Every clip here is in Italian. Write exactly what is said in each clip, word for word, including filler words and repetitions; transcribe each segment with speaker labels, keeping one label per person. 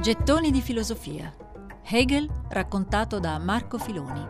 Speaker 1: Gettoni di filosofia. Hegel raccontato da Marco Filoni.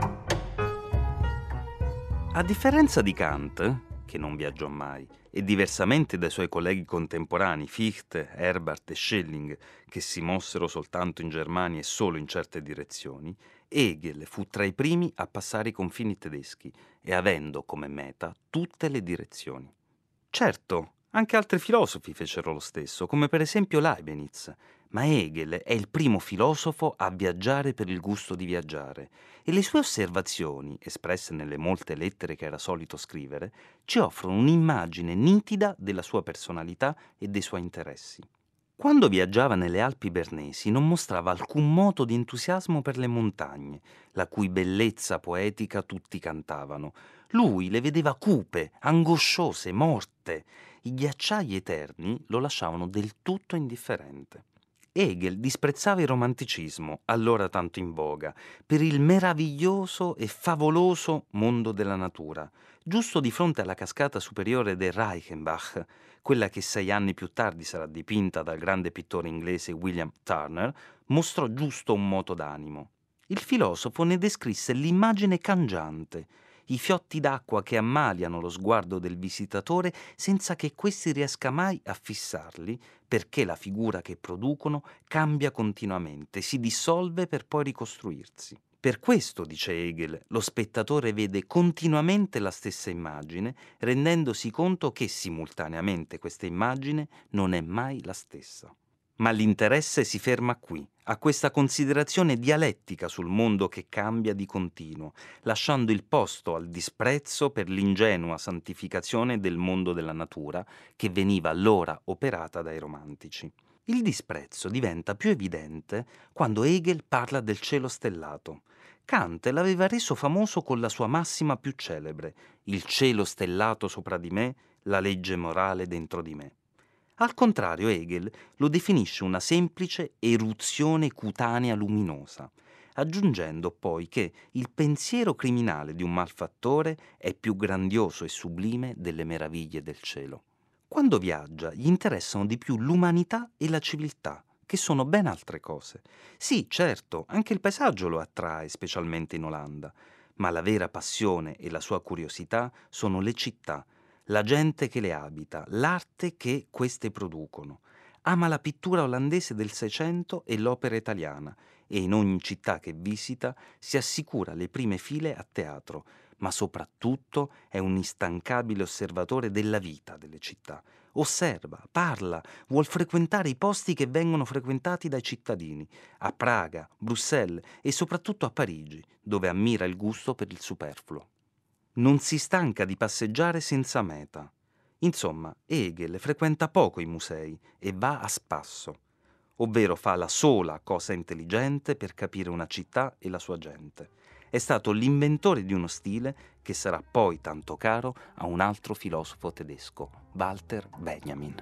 Speaker 2: A differenza di Kant, che non viaggiò mai, e diversamente dai suoi colleghi contemporanei Fichte, Herbart e Schelling, che si mossero soltanto in Germania e solo in certe direzioni, Hegel fu tra i primi a passare i confini tedeschi e avendo come meta tutte le direzioni. Certo, anche altri filosofi fecero lo stesso, come per esempio Leibniz, ma Hegel è il primo filosofo a viaggiare per il gusto di viaggiare e le sue osservazioni, espresse nelle molte lettere che era solito scrivere, ci offrono un'immagine nitida della sua personalità e dei suoi interessi. Quando viaggiava nelle Alpi Bernesi non mostrava alcun moto di entusiasmo per le montagne, la cui bellezza poetica tutti cantavano. Lui le vedeva cupe, angosciose, morte. I ghiacciai eterni lo lasciavano del tutto indifferente. Hegel disprezzava il romanticismo, allora tanto in voga, per il meraviglioso e favoloso mondo della natura. Giusto di fronte alla cascata superiore del Reichenbach, quella che sei anni più tardi sarà dipinta dal grande pittore inglese William Turner, mostrò giusto un moto d'animo. Il filosofo ne descrisse l'immagine cangiante, i fiotti d'acqua che ammaliano lo sguardo del visitatore senza che questi riesca mai a fissarli, perché la figura che producono cambia continuamente, si dissolve per poi ricostruirsi. Per questo, dice Hegel, lo spettatore vede continuamente la stessa immagine, rendendosi conto che simultaneamente questa immagine non è mai la stessa. Ma l'interesse si ferma qui, a questa considerazione dialettica sul mondo che cambia di continuo, lasciando il posto al disprezzo per l'ingenua santificazione del mondo della natura che veniva allora operata dai romantici. Il disprezzo diventa più evidente quando Hegel parla del cielo stellato. Kant l'aveva reso famoso con la sua massima più celebre: il cielo stellato sopra di me, la legge morale dentro di me. Al contrario, Hegel lo definisce una semplice eruzione cutanea luminosa, aggiungendo poi che il pensiero criminale di un malfattore è più grandioso e sublime delle meraviglie del cielo. Quando viaggia gli interessano di più l'umanità e la civiltà, che sono ben altre cose. Sì, certo, anche il paesaggio lo attrae, specialmente in Olanda, ma la vera passione e la sua curiosità sono le città, la gente che le abita, l'arte che queste producono. Ama la pittura olandese del Seicento e l'opera italiana e in ogni città che visita si assicura le prime file a teatro, ma soprattutto è un instancabile osservatore della vita delle città. Osserva, parla, vuol frequentare i posti che vengono frequentati dai cittadini, a Praga, Bruxelles e soprattutto a Parigi, dove ammira il gusto per il superfluo. Non si stanca di passeggiare senza meta. Insomma, Hegel frequenta poco i musei e va a spasso, ovvero fa la sola cosa intelligente per capire una città e la sua gente. È stato l'inventore di uno stile che sarà poi tanto caro a un altro filosofo tedesco, Walter Benjamin.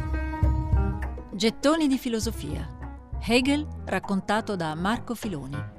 Speaker 1: Gettoni di filosofia. Hegel raccontato da Marco Filoni.